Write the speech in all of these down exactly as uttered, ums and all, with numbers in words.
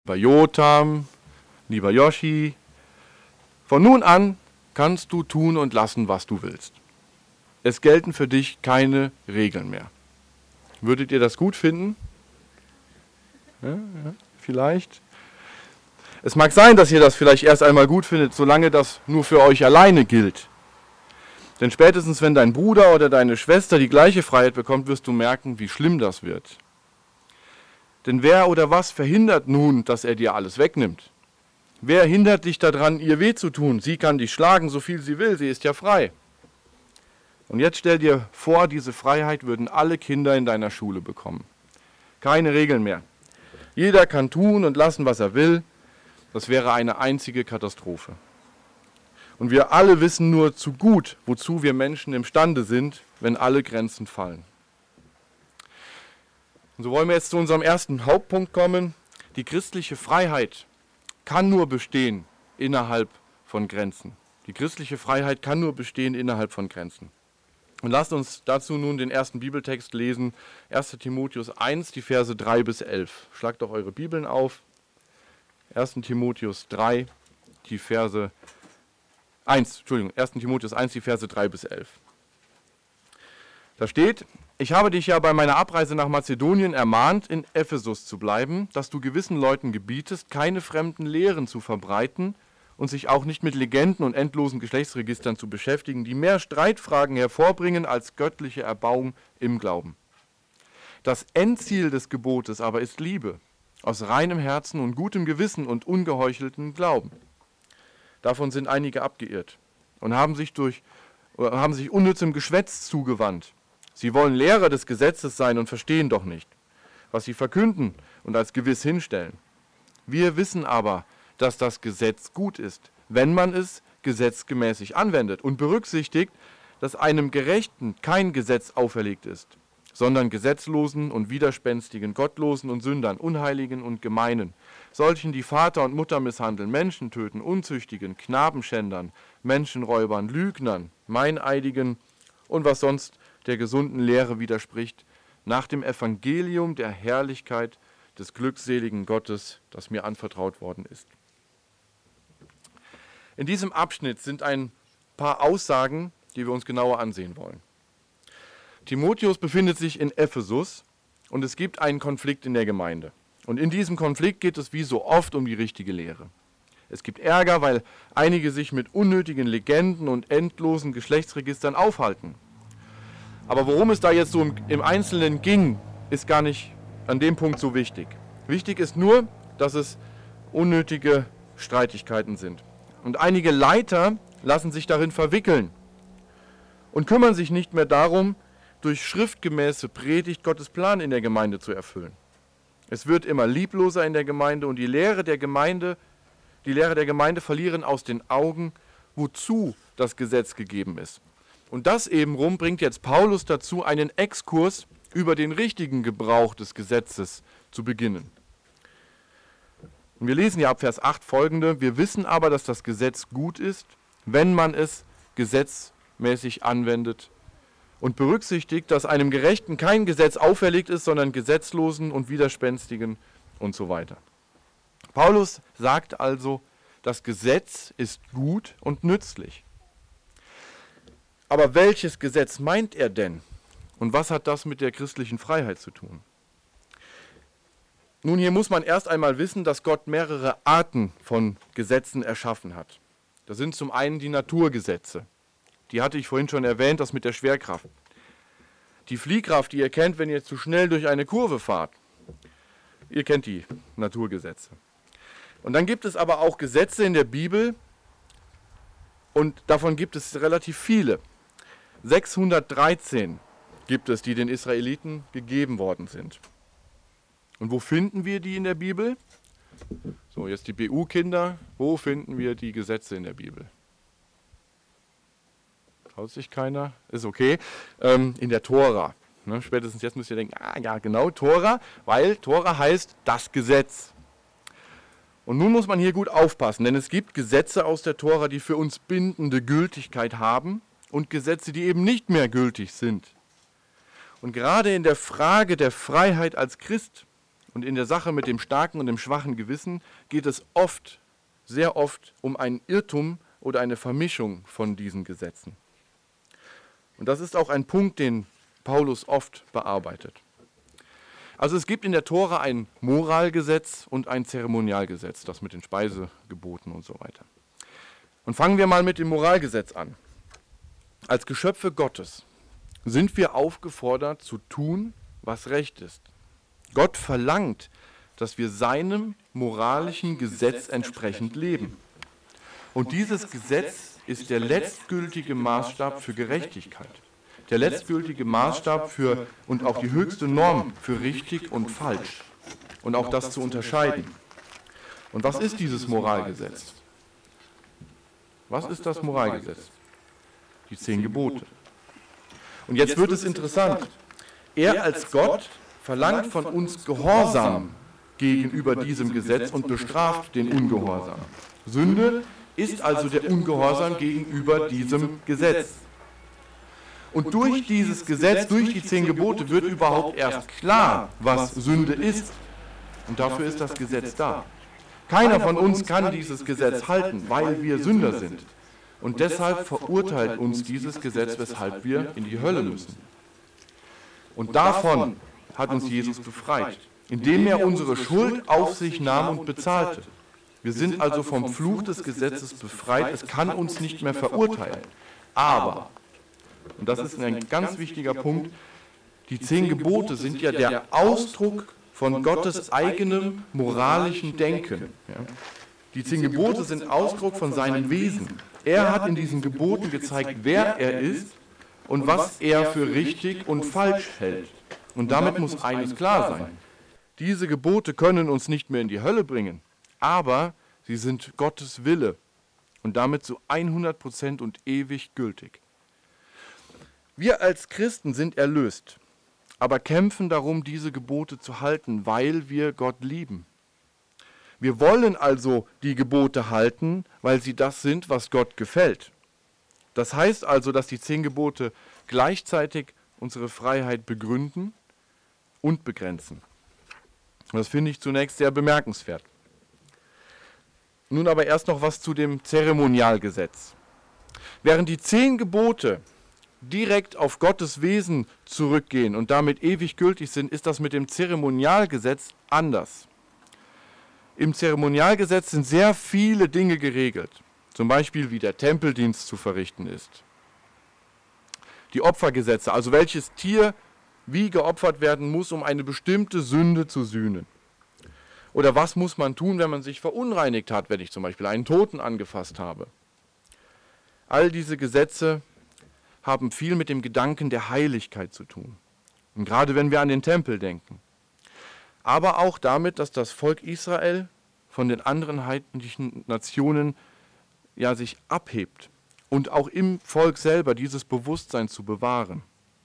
Lieber Jotam, lieber Yoshi, von nun an kannst du tun und lassen, was du willst. Es gelten für dich keine Regeln mehr. Würdet ihr das gut finden? Ja, ja, vielleicht. Es mag sein, dass ihr das vielleicht erst einmal gut findet, solange das nur für euch alleine gilt. Denn spätestens, wenn dein Bruder oder deine Schwester die gleiche Freiheit bekommt, wirst du merken, wie schlimm das wird. Denn wer oder was verhindert nun, dass er dir alles wegnimmt? Wer hindert dich daran, ihr weh zu tun? Sie kann dich schlagen, so viel sie will, sie ist ja frei. Und jetzt stell dir vor, diese Freiheit würden alle Kinder in deiner Schule bekommen. Keine Regeln mehr. Jeder kann tun und lassen, was er will. Das wäre eine einzige Katastrophe. Und wir alle wissen nur zu gut, wozu wir Menschen imstande sind, wenn alle Grenzen fallen. Und so wollen wir jetzt zu unserem ersten Hauptpunkt kommen. Die christliche Freiheit kann nur bestehen innerhalb von Grenzen. Die christliche Freiheit kann nur bestehen innerhalb von Grenzen. Und lasst uns dazu nun den ersten Bibeltext lesen, erster Timotheus eins, die Verse drei bis elf. Schlagt doch eure Bibeln auf. erster Timotheus drei, die Verse eins, Entschuldigung, erster Timotheus eins, die Verse drei bis elf. Da steht: Ich habe dich ja bei meiner Abreise nach Mazedonien ermahnt, in Ephesus zu bleiben, dass du gewissen Leuten gebietest, keine fremden Lehren zu verbreiten und sich auch nicht mit Legenden und endlosen Geschlechtsregistern zu beschäftigen, die mehr Streitfragen hervorbringen als göttliche Erbauung im Glauben. Das Endziel des Gebotes aber ist Liebe, aus reinem Herzen und gutem Gewissen und ungeheucheltem Glauben. Davon sind einige abgeirrt und haben sich, durch, haben sich unnützem Geschwätz zugewandt. Sie wollen Lehrer des Gesetzes sein und verstehen doch nicht, was sie verkünden und als gewiss hinstellen. Wir wissen aber, dass das Gesetz gut ist, wenn man es gesetzgemäßig anwendet und berücksichtigt, dass einem Gerechten kein Gesetz auferlegt ist, sondern Gesetzlosen und Widerspenstigen, Gottlosen und Sündern, Unheiligen und Gemeinen, solchen, die Vater und Mutter misshandeln, Menschen töten, Unzüchtigen, Knabenschändern, Menschenräubern, Lügnern, Meineidigen und was sonst der gesunden Lehre widerspricht, nach dem Evangelium der Herrlichkeit des glückseligen Gottes, das mir anvertraut worden ist. In diesem Abschnitt sind ein paar Aussagen, die wir uns genauer ansehen wollen. Timotheus befindet sich in Ephesus und es gibt einen Konflikt in der Gemeinde. Und in diesem Konflikt geht es wie so oft um die richtige Lehre. Es gibt Ärger, weil einige sich mit unnötigen Legenden und endlosen Geschlechtsregistern aufhalten. Aber worum es da jetzt so im, im Einzelnen ging, ist gar nicht an dem Punkt so wichtig. Wichtig ist nur, dass es unnötige Streitigkeiten sind. Und einige Leiter lassen sich darin verwickeln und kümmern sich nicht mehr darum, durch schriftgemäße Predigt Gottes Plan in der Gemeinde zu erfüllen. Es wird immer liebloser in der Gemeinde und die Lehre der Gemeinde, die Lehre der Gemeinde verlieren aus den Augen, wozu das Gesetz gegeben ist. Und das ebenrum bringt jetzt Paulus dazu, einen Exkurs über den richtigen Gebrauch des Gesetzes zu beginnen. Und wir lesen ja ab Vers acht folgende: Wir wissen aber, dass das Gesetz gut ist, wenn man es gesetzmäßig anwendet und berücksichtigt, dass einem Gerechten kein Gesetz auferlegt ist, sondern Gesetzlosen und Widerspenstigen und so weiter. Paulus sagt also, das Gesetz ist gut und nützlich. Aber welches Gesetz meint er denn? Und was hat das mit der christlichen Freiheit zu tun? Nun, hier muss man erst einmal wissen, dass Gott mehrere Arten von Gesetzen erschaffen hat. Das sind zum einen die Naturgesetze. Die hatte ich vorhin schon erwähnt, das mit der Schwerkraft. Die Fliehkraft, die ihr kennt, wenn ihr zu schnell durch eine Kurve fahrt. Ihr kennt die Naturgesetze. Und dann gibt es aber auch Gesetze in der Bibel und davon gibt es relativ viele. sechshundertdreizehn gibt es, die den Israeliten gegeben worden sind. Und wo finden wir die in der Bibel? So, jetzt die B U-Kinder. Wo finden wir die Gesetze in der Bibel? Traut sich keiner? Ist okay. Ähm, in der Tora. Ne, spätestens jetzt müsst ihr denken, ah ja genau, Tora, weil Tora heißt das Gesetz. Und nun muss man hier gut aufpassen, denn es gibt Gesetze aus der Tora, die für uns bindende Gültigkeit haben und Gesetze, die eben nicht mehr gültig sind. Und gerade in der Frage der Freiheit als Christ und in der Sache mit dem starken und dem schwachen Gewissen geht es oft, sehr oft um einen Irrtum oder eine Vermischung von diesen Gesetzen. Und das ist auch ein Punkt, den Paulus oft bearbeitet. Also es gibt in der Tora ein Moralgesetz und ein Zeremonialgesetz, das mit den Speisegeboten und so weiter. Und fangen wir mal mit dem Moralgesetz an. Als Geschöpfe Gottes sind wir aufgefordert zu tun, was recht ist. Gott verlangt, dass wir seinem moralischen Gesetz entsprechend leben. Und dieses Gesetz ist der letztgültige Maßstab für Gerechtigkeit. Der letztgültige Maßstab für und auch die höchste Norm für richtig und falsch. Und auch das zu unterscheiden. Und was ist dieses Moralgesetz? Was ist das Moralgesetz? Die zehn Gebote. Und jetzt wird es interessant. Er als Gott verlangt von uns Gehorsam gegenüber diesem Gesetz und bestraft den Ungehorsam. Sünde ist also der Ungehorsam gegenüber diesem Gesetz. Und durch dieses Gesetz, durch die zehn Gebote wird überhaupt erst klar, was Sünde ist. Und dafür ist das Gesetz da. Keiner von uns kann dieses Gesetz halten, weil wir Sünder sind. Und deshalb verurteilt uns dieses Gesetz, weshalb wir in die Hölle müssen. Und davon hat uns Jesus befreit, indem er unsere Schuld auf sich nahm und bezahlte. Wir sind also vom Fluch des Gesetzes befreit, es kann uns nicht mehr verurteilen. Aber, und das ist ein ganz wichtiger Punkt, die zehn Gebote sind ja der Ausdruck von Gottes eigenem moralischen Denken. Die zehn Gebote sind Ausdruck von seinem Wesen. Er hat in diesen Geboten gezeigt, wer er ist und was er für richtig und falsch hält. Und damit muss eines klar sein. Diese Gebote können uns nicht mehr in die Hölle bringen, aber sie sind Gottes Wille und damit zu hundert Prozent und ewig gültig. Wir als Christen sind erlöst, aber kämpfen darum, diese Gebote zu halten, weil wir Gott lieben. Wir wollen also die Gebote halten, weil sie das sind, was Gott gefällt. Das heißt also, dass die zehn Gebote gleichzeitig unsere Freiheit begründen und begrenzen. Das finde ich zunächst sehr bemerkenswert. Nun aber erst noch was zu dem Zeremonialgesetz. Während die zehn Gebote direkt auf Gottes Wesen zurückgehen und damit ewig gültig sind, ist das mit dem Zeremonialgesetz anders. Im Zeremonialgesetz sind sehr viele Dinge geregelt, zum Beispiel wie der Tempeldienst zu verrichten ist. Die Opfergesetze, also welches Tier wie geopfert werden muss, um eine bestimmte Sünde zu sühnen. Oder was muss man tun, wenn man sich verunreinigt hat, wenn ich zum Beispiel einen Toten angefasst habe. All diese Gesetze haben viel mit dem Gedanken der Heiligkeit zu tun. Und gerade wenn wir an den Tempel denken. Aber auch damit, dass das Volk Israel von den anderen heidnischen Nationen ja, sich abhebt und auch im Volk selber dieses Bewusstsein zu bewahren.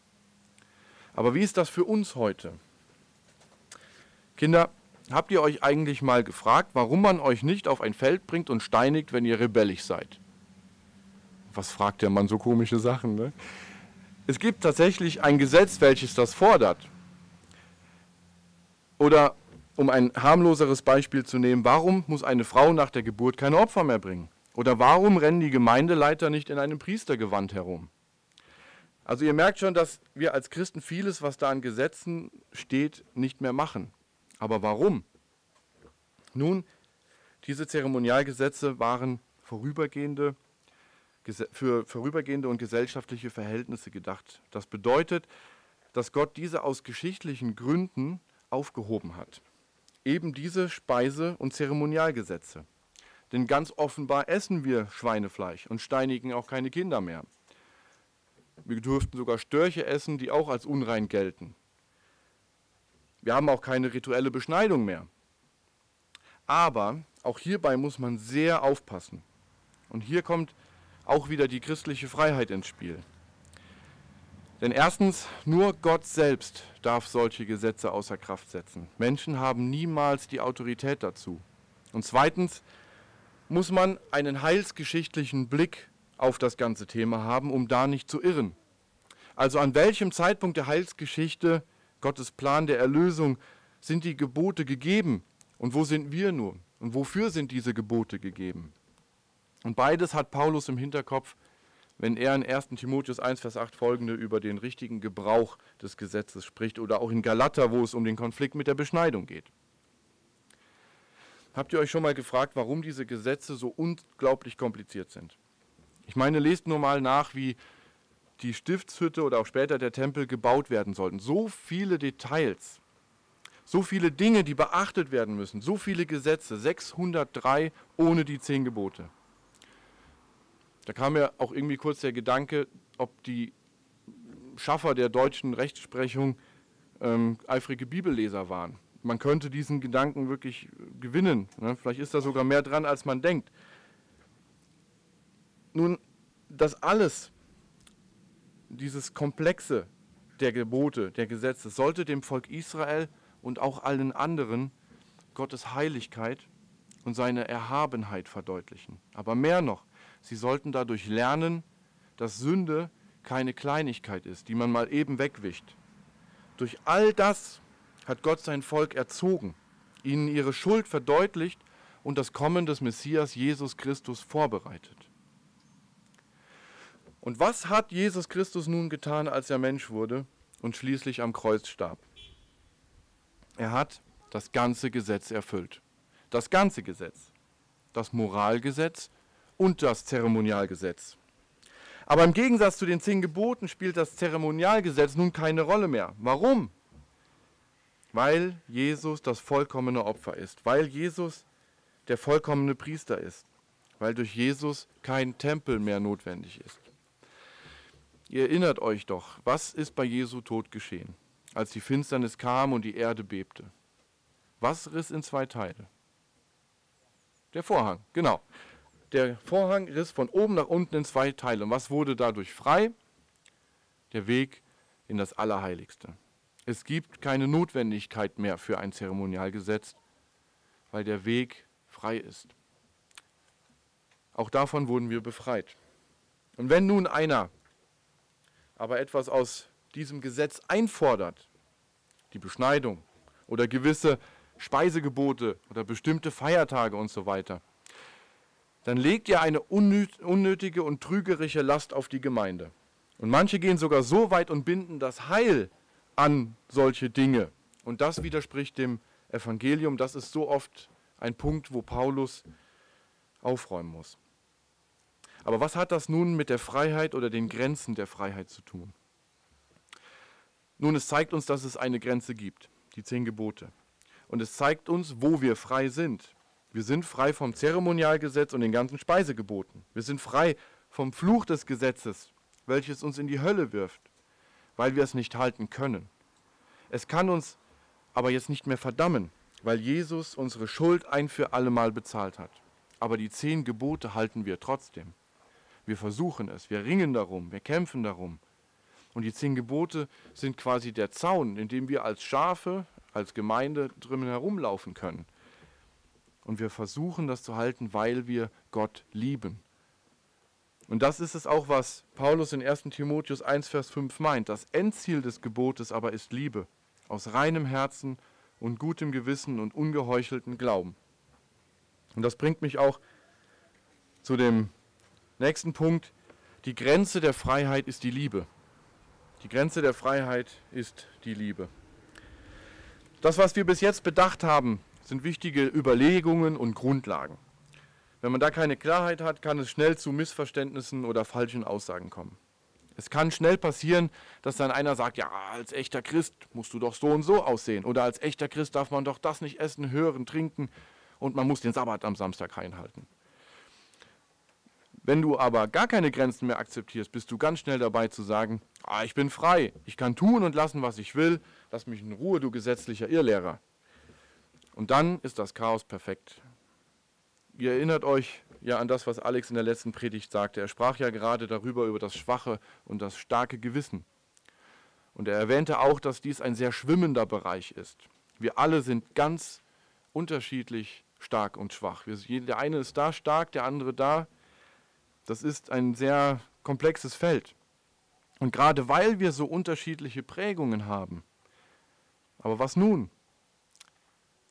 Aber wie ist das für uns heute? Kinder, habt ihr euch eigentlich mal gefragt, warum man euch nicht auf ein Feld bringt und steinigt, wenn ihr rebellisch seid? Was fragt der Mann so komische Sachen, ne? Es gibt tatsächlich ein Gesetz, welches das fordert. Oder um ein harmloseres Beispiel zu nehmen, warum muss eine Frau nach der Geburt keine Opfer mehr bringen? Oder warum rennen die Gemeindeleiter nicht in einem Priestergewand herum? Also ihr merkt schon, dass wir als Christen vieles, was da an Gesetzen steht, nicht mehr machen. Aber warum? Nun, diese Zeremonialgesetze waren vorübergehende, für vorübergehende und gesellschaftliche Verhältnisse gedacht. Das bedeutet, dass Gott diese aus geschichtlichen Gründen aufgehoben hat. Eben diese Speise- und Zeremonialgesetze. Denn ganz offenbar essen wir Schweinefleisch und steinigen auch keine Kinder mehr. Wir dürften sogar Störche essen, die auch als unrein gelten. Wir haben auch keine rituelle Beschneidung mehr. Aber auch hierbei muss man sehr aufpassen. Und hier kommt auch wieder die christliche Freiheit ins Spiel. Denn erstens, nur Gott selbst darf solche Gesetze außer Kraft setzen. Menschen haben niemals die Autorität dazu. Und zweitens muss man einen heilsgeschichtlichen Blick auf das ganze Thema haben, um da nicht zu irren. Also an welchem Zeitpunkt der Heilsgeschichte Gottes Plan der Erlösung sind die Gebote gegeben und wo sind wir nun? Und wofür sind diese Gebote gegeben? Und beides hat Paulus im Hinterkopf, wenn er in ersten Timotheus eins, Vers acht folgende über den richtigen Gebrauch des Gesetzes spricht oder auch in Galater, wo es um den Konflikt mit der Beschneidung geht. Habt ihr euch schon mal gefragt, warum diese Gesetze so unglaublich kompliziert sind? Ich meine, lest nur mal nach, wie die Stiftshütte oder auch später der Tempel gebaut werden sollten. So viele Details, so viele Dinge, die beachtet werden müssen, so viele Gesetze, sechshundertdrei ohne die zehn Gebote. Da kam mir auch irgendwie kurz der Gedanke, ob die Schaffer der deutschen Rechtsprechung ähm, eifrige Bibelleser waren. Man könnte diesen Gedanken wirklich gewinnen. Ne? Vielleicht ist da sogar mehr dran, als man denkt. Nun, das alles, dieses Komplexe der Gebote, der Gesetze, sollte dem Volk Israel und auch allen anderen Gottes Heiligkeit und seine Erhabenheit verdeutlichen. Aber mehr noch, sie sollten dadurch lernen, dass Sünde keine Kleinigkeit ist, die man mal eben wegwischt. Durch all das hat Gott sein Volk erzogen, ihnen ihre Schuld verdeutlicht und das Kommen des Messias Jesus Christus vorbereitet. Und was hat Jesus Christus nun getan, als er Mensch wurde und schließlich am Kreuz starb? Er hat das ganze Gesetz erfüllt. Das ganze Gesetz. Das Moralgesetz und das Zeremonialgesetz. Aber im Gegensatz zu den zehn Geboten spielt das Zeremonialgesetz nun keine Rolle mehr. Warum? Weil Jesus das vollkommene Opfer ist. Weil Jesus der vollkommene Priester ist. Weil durch Jesus kein Tempel mehr notwendig ist. Ihr erinnert euch doch, was ist bei Jesu Tod geschehen, als die Finsternis kam und die Erde bebte? Was riss in zwei Teile? Der Vorhang, genau. Der Vorhang riss von oben nach unten in zwei Teile. Und was wurde dadurch frei? Der Weg in das Allerheiligste. Es gibt keine Notwendigkeit mehr für ein Zeremonialgesetz, weil der Weg frei ist. Auch davon wurden wir befreit. Und wenn nun einer aber etwas aus diesem Gesetz einfordert, die Beschneidung oder gewisse Speisegebote oder bestimmte Feiertage und so weiter, dann legt ihr eine unnötige und trügerische Last auf die Gemeinde. Und manche gehen sogar so weit und binden das Heil an solche Dinge. Und das widerspricht dem Evangelium. Das ist so oft ein Punkt, wo Paulus aufräumen muss. Aber was hat das nun mit der Freiheit oder den Grenzen der Freiheit zu tun? Nun, es zeigt uns, dass es eine Grenze gibt, die zehn Gebote. Und es zeigt uns, wo wir frei sind. Wir sind frei vom Zeremonialgesetz und den ganzen Speisegeboten. Wir sind frei vom Fluch des Gesetzes, welches uns in die Hölle wirft, weil wir es nicht halten können. Es kann uns aber jetzt nicht mehr verdammen, weil Jesus unsere Schuld ein für alle Mal bezahlt hat. Aber die zehn Gebote halten wir trotzdem. Wir versuchen es, wir ringen darum, wir kämpfen darum. Und die zehn Gebote sind quasi der Zaun, in dem wir als Schafe, als Gemeinde drinnen herumlaufen können. Und wir versuchen das zu halten, weil wir Gott lieben. Und das ist es auch, was Paulus in ersten Timotheus eins, Vers fünf meint. Das Endziel des Gebotes aber ist Liebe, aus reinem Herzen und gutem Gewissen und ungeheuchelten Glauben. Und das bringt mich auch zu dem nächsten Punkt. Die Grenze der Freiheit ist die Liebe. Die Grenze der Freiheit ist die Liebe. Das, was wir bis jetzt bedacht haben, sind wichtige Überlegungen und Grundlagen. Wenn man da keine Klarheit hat, kann es schnell zu Missverständnissen oder falschen Aussagen kommen. Es kann schnell passieren, dass dann einer sagt, ja, als echter Christ musst du doch so und so aussehen. Oder als echter Christ darf man doch das nicht essen, hören, trinken und man muss den Sabbat am Samstag einhalten. Wenn du aber gar keine Grenzen mehr akzeptierst, bist du ganz schnell dabei zu sagen, ah, ich bin frei, ich kann tun und lassen, was ich will, lass mich in Ruhe, du gesetzlicher Irrlehrer. Und dann ist das Chaos perfekt. Ihr erinnert euch ja an das, was Alex in der letzten Predigt sagte. Er sprach ja gerade darüber, über das schwache und das starke Gewissen. Und er erwähnte auch, dass dies ein sehr schwimmender Bereich ist. Wir alle sind ganz unterschiedlich stark und schwach. Wir, der eine ist da stark, der andere da. Das ist ein sehr komplexes Feld. Und gerade weil wir so unterschiedliche Prägungen haben, aber was nun?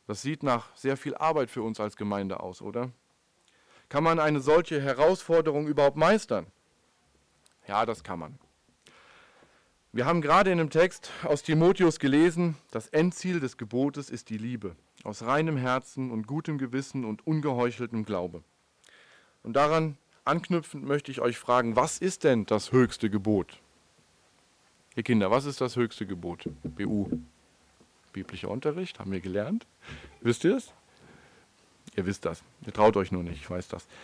Das sieht nach sehr viel Arbeit für uns als Gemeinde aus, oder? Kann man eine solche Herausforderung überhaupt meistern? Ja, das kann man. Wir haben gerade in dem Text aus Timotheus gelesen, das Endziel des Gebotes ist die Liebe, aus reinem Herzen und gutem Gewissen und ungeheucheltem Glaube. Und daran anknüpfend möchte ich euch fragen, was ist denn das höchste Gebot? Ihr Kinder, was ist das höchste Gebot? B U, biblischer Unterricht, haben wir gelernt. Wisst ihr es? Ihr wisst das. Ihr traut euch nur nicht, ich weiß das.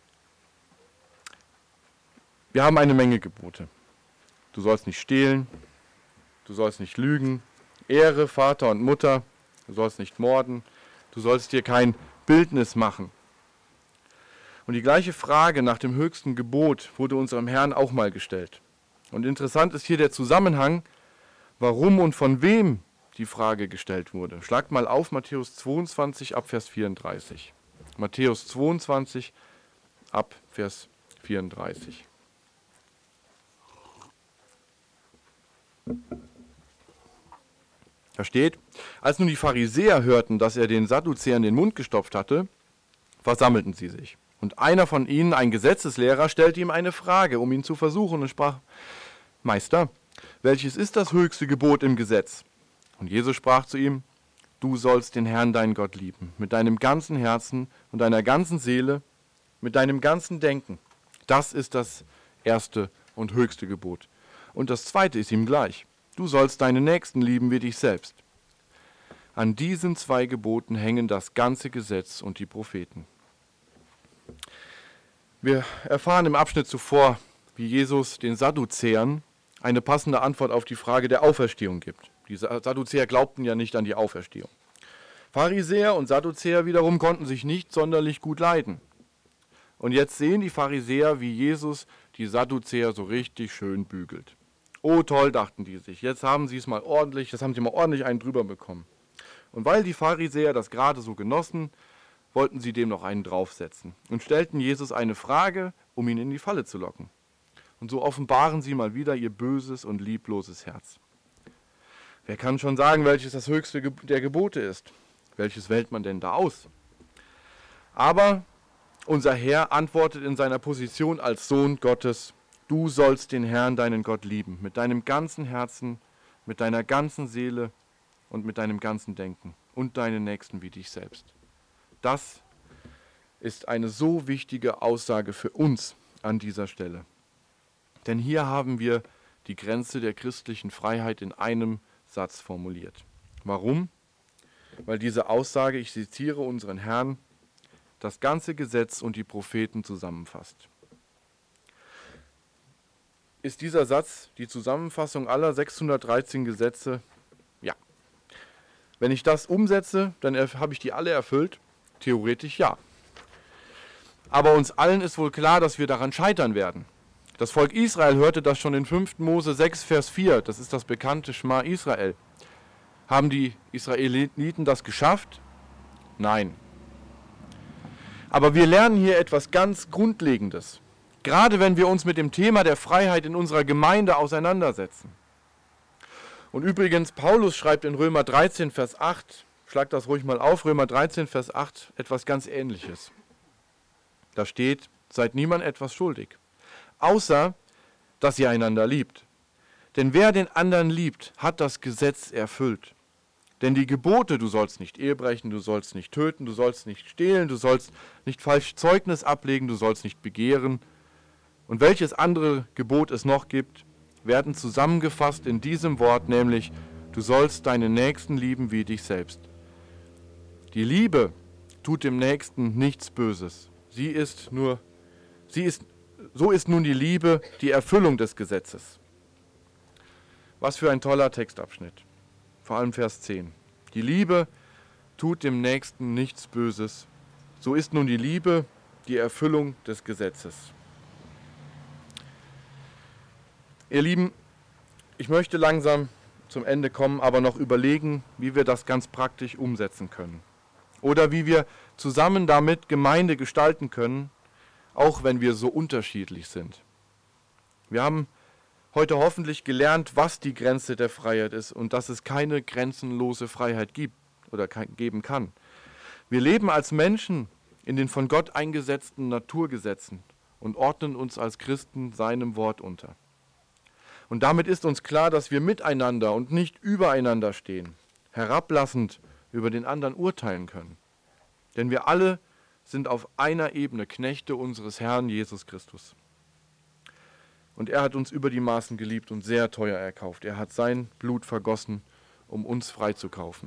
Wir haben eine Menge Gebote. Du sollst nicht stehlen, du sollst nicht lügen, Ehre Vater und Mutter, du sollst nicht morden, du sollst dir kein Bildnis machen. Und die gleiche Frage nach dem höchsten Gebot wurde unserem Herrn auch mal gestellt. Und interessant ist hier der Zusammenhang, warum und von wem die Frage gestellt wurde. Schlagt mal auf Matthäus zweiundzwanzig ab Vers vierunddreißig. Matthäus zweiundzwanzig ab Vers vierunddreißig. Da steht, als nun die Pharisäer hörten, dass er den Sadduzäern den Mund gestopft hatte, versammelten sie sich. Und einer von ihnen, ein Gesetzeslehrer, stellte ihm eine Frage, um ihn zu versuchen, und sprach, Meister, welches ist das höchste Gebot im Gesetz? Und Jesus sprach zu ihm, du sollst den Herrn, deinen Gott, lieben, mit deinem ganzen Herzen und deiner ganzen Seele, mit deinem ganzen Denken. Das ist das erste und höchste Gebot. Und das zweite ist ihm gleich. Du sollst deinen Nächsten lieben wie dich selbst. An diesen zwei Geboten hängen das ganze Gesetz und die Propheten. Wir erfahren im Abschnitt zuvor, wie Jesus den Sadduzäern eine passende Antwort auf die Frage der Auferstehung gibt. Die Sadduzäer glaubten ja nicht an die Auferstehung. Pharisäer und Sadduzäer wiederum konnten sich nicht sonderlich gut leiden. Und jetzt sehen die Pharisäer, wie Jesus die Sadduzäer so richtig schön bügelt. Oh toll, dachten die sich, jetzt haben sie es mal ordentlich, jetzt haben sie mal ordentlich einen drüber bekommen. Und weil die Pharisäer das gerade so genossen, wollten sie dem noch einen draufsetzen und stellten Jesus eine Frage, um ihn in die Falle zu locken. Und so offenbaren sie mal wieder ihr böses und liebloses Herz. Wer kann schon sagen, welches das höchste der Gebote ist? Welches wählt man denn da aus? Aber unser Herr antwortet in seiner Position als Sohn Gottes, du sollst den Herrn, deinen Gott, lieben, mit deinem ganzen Herzen, mit deiner ganzen Seele und mit deinem ganzen Denken und deinen Nächsten wie dich selbst. Das ist eine so wichtige Aussage für uns an dieser Stelle. Denn hier haben wir die Grenze der christlichen Freiheit in einem Satz formuliert. Warum? Weil diese Aussage, ich zitiere unseren Herrn, das ganze Gesetz und die Propheten zusammenfasst. Ist dieser Satz die Zusammenfassung aller sechshundertdreizehn Gesetze? Ja. Wenn ich das umsetze, dann habe ich die alle erfüllt? Theoretisch ja. Aber uns allen ist wohl klar, dass wir daran scheitern werden. Das Volk Israel hörte das schon in fünften Mose sechs, Vers vier, das ist das bekannte Schma Israel. Haben die Israeliten das geschafft? Nein. Aber wir lernen hier etwas ganz Grundlegendes. Gerade wenn wir uns mit dem Thema der Freiheit in unserer Gemeinde auseinandersetzen. Und übrigens, Paulus schreibt in Römer dreizehn, Vers acht, schlag das ruhig mal auf, Römer dreizehn, Vers acht, etwas ganz Ähnliches. Da steht, seid niemand etwas schuldig, außer dass ihr einander liebt. Denn wer den anderen liebt, hat das Gesetz erfüllt. Denn die Gebote, du sollst nicht Ehe brechen, du sollst nicht töten, du sollst nicht stehlen, du sollst nicht falsch Zeugnis ablegen, du sollst nicht begehren, und welches andere Gebot es noch gibt, werden zusammengefasst in diesem Wort, nämlich, du sollst deinen Nächsten lieben wie dich selbst. Die Liebe tut dem Nächsten nichts Böses. Sie ist nur, sie ist, so ist nun die Liebe die Erfüllung des Gesetzes. Was für ein toller Textabschnitt. Vor allem Vers zehn. Die Liebe tut dem Nächsten nichts Böses. So ist nun die Liebe die Erfüllung des Gesetzes. Ihr Lieben, ich möchte langsam zum Ende kommen, aber noch überlegen, wie wir das ganz praktisch umsetzen können. Oder wie wir zusammen damit Gemeinde gestalten können, auch wenn wir so unterschiedlich sind. Wir haben heute hoffentlich gelernt, was die Grenze der Freiheit ist und dass es keine grenzenlose Freiheit gibt oder geben kann. Wir leben als Menschen in den von Gott eingesetzten Naturgesetzen und ordnen uns als Christen seinem Wort unter. Und damit ist uns klar, dass wir miteinander und nicht übereinander stehen, herablassend über den anderen urteilen können. Denn wir alle sind auf einer Ebene Knechte unseres Herrn Jesus Christus. Und er hat uns über die Maßen geliebt und sehr teuer erkauft. Er hat sein Blut vergossen, um uns freizukaufen.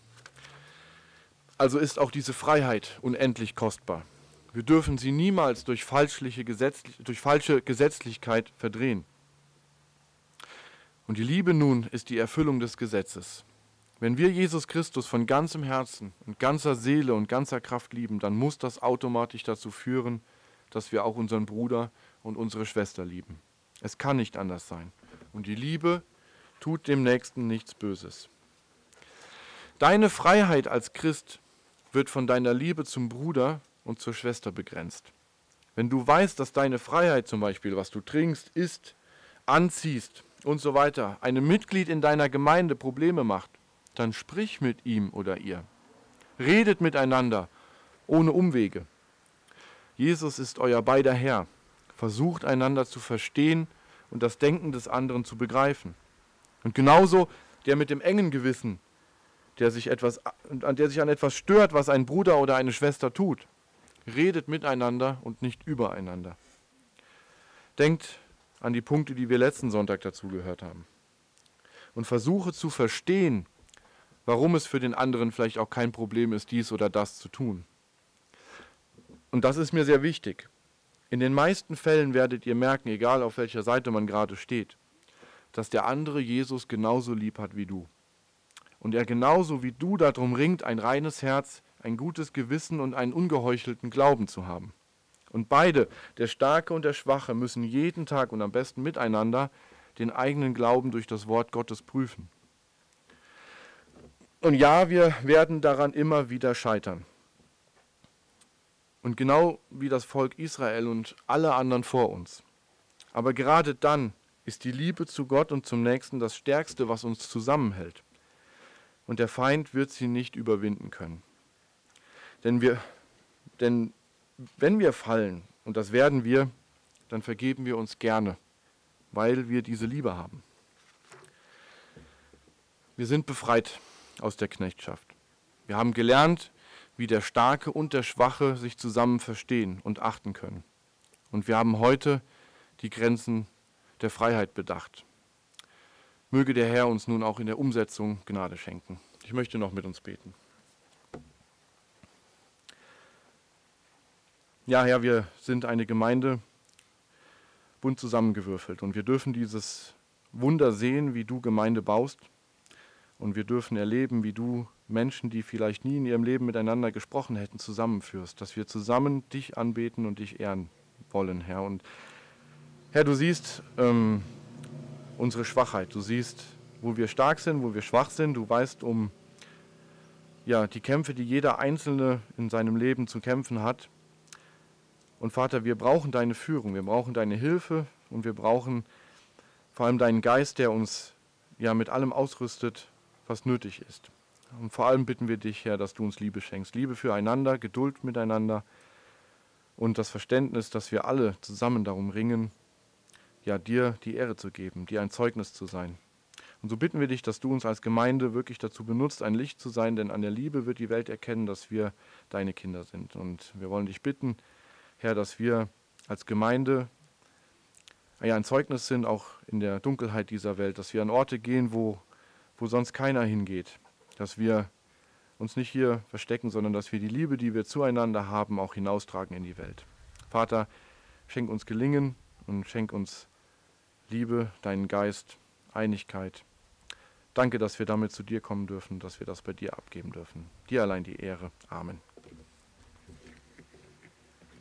Also ist auch diese Freiheit unendlich kostbar. Wir dürfen sie niemals durch, falschliche Gesetz, durch falsche Gesetzlichkeit verdrehen. Und die Liebe nun ist die Erfüllung des Gesetzes. Wenn wir Jesus Christus von ganzem Herzen und ganzer Seele und ganzer Kraft lieben, dann muss das automatisch dazu führen, dass wir auch unseren Bruder und unsere Schwester lieben. Es kann nicht anders sein. Und die Liebe tut dem Nächsten nichts Böses. Deine Freiheit als Christ wird von deiner Liebe zum Bruder und zur Schwester begrenzt. Wenn du weißt, dass deine Freiheit zum Beispiel, was du trinkst, isst, anziehst und so weiter, einem Mitglied in deiner Gemeinde Probleme macht, dann sprich mit ihm oder ihr. Redet miteinander, ohne Umwege. Jesus ist euer beider Herr. Versucht einander zu verstehen und das Denken des anderen zu begreifen. Und genauso der mit dem engen Gewissen, der sich etwas, der sich an etwas stört, was ein Bruder oder eine Schwester tut. Redet miteinander und nicht übereinander. Denkt an die Punkte, die wir letzten Sonntag dazu gehört haben. Und versuche zu verstehen, warum es für den anderen vielleicht auch kein Problem ist, dies oder das zu tun. Und das ist mir sehr wichtig. In den meisten Fällen werdet ihr merken, egal auf welcher Seite man gerade steht, dass der andere Jesus genauso lieb hat wie du. Und er genauso wie du darum ringt, ein reines Herz, ein gutes Gewissen und einen ungeheuchelten Glauben zu haben. Und beide, der Starke und der Schwache, müssen jeden Tag und am besten miteinander den eigenen Glauben durch das Wort Gottes prüfen. Und ja, wir werden daran immer wieder scheitern. Und genau wie das Volk Israel und alle anderen vor uns. Aber gerade dann ist die Liebe zu Gott und zum Nächsten das Stärkste, was uns zusammenhält. Und der Feind wird sie nicht überwinden können. Denn, wir, denn wenn wir fallen, und das werden wir, dann vergeben wir uns gerne, weil wir diese Liebe haben. Wir sind befreit aus der Knechtschaft. Wir haben gelernt, wie der Starke und der Schwache sich zusammen verstehen und achten können. Und wir haben heute die Grenzen der Freiheit bedacht. Möge der Herr uns nun auch in der Umsetzung Gnade schenken. Ich möchte noch mit uns beten. Ja, Herr, wir sind eine Gemeinde, bunt zusammengewürfelt. Und wir dürfen dieses Wunder sehen, wie du Gemeinde baust. Und wir dürfen erleben, wie du Menschen, die vielleicht nie in ihrem Leben miteinander gesprochen hätten, zusammenführst. Dass wir zusammen dich anbeten und dich ehren wollen, Herr. Und Herr, du siehst ähm, unsere Schwachheit. Du siehst, wo wir stark sind, wo wir schwach sind. Du weißt um ja, die Kämpfe, die jeder Einzelne in seinem Leben zu kämpfen hat. Und Vater, wir brauchen deine Führung, wir brauchen deine Hilfe und wir brauchen vor allem deinen Geist, der uns ja mit allem ausrüstet, was nötig ist. Und vor allem bitten wir dich, Herr, dass du uns Liebe schenkst. Liebe füreinander, Geduld miteinander und das Verständnis, dass wir alle zusammen darum ringen, ja, dir die Ehre zu geben, dir ein Zeugnis zu sein. Und so bitten wir dich, dass du uns als Gemeinde wirklich dazu benutzt, ein Licht zu sein, denn an der Liebe wird die Welt erkennen, dass wir deine Kinder sind. Und wir wollen dich bitten, Herr, dass wir als Gemeinde ja, ein Zeugnis sind, auch in der Dunkelheit dieser Welt, dass wir an Orte gehen, wo, wo sonst keiner hingeht, dass wir uns nicht hier verstecken, sondern dass wir die Liebe, die wir zueinander haben, auch hinaustragen in die Welt. Vater, schenk uns Gelingen und schenk uns Liebe, deinen Geist, Einigkeit. Danke, dass wir damit zu dir kommen dürfen, dass wir das bei dir abgeben dürfen. Dir allein die Ehre. Amen.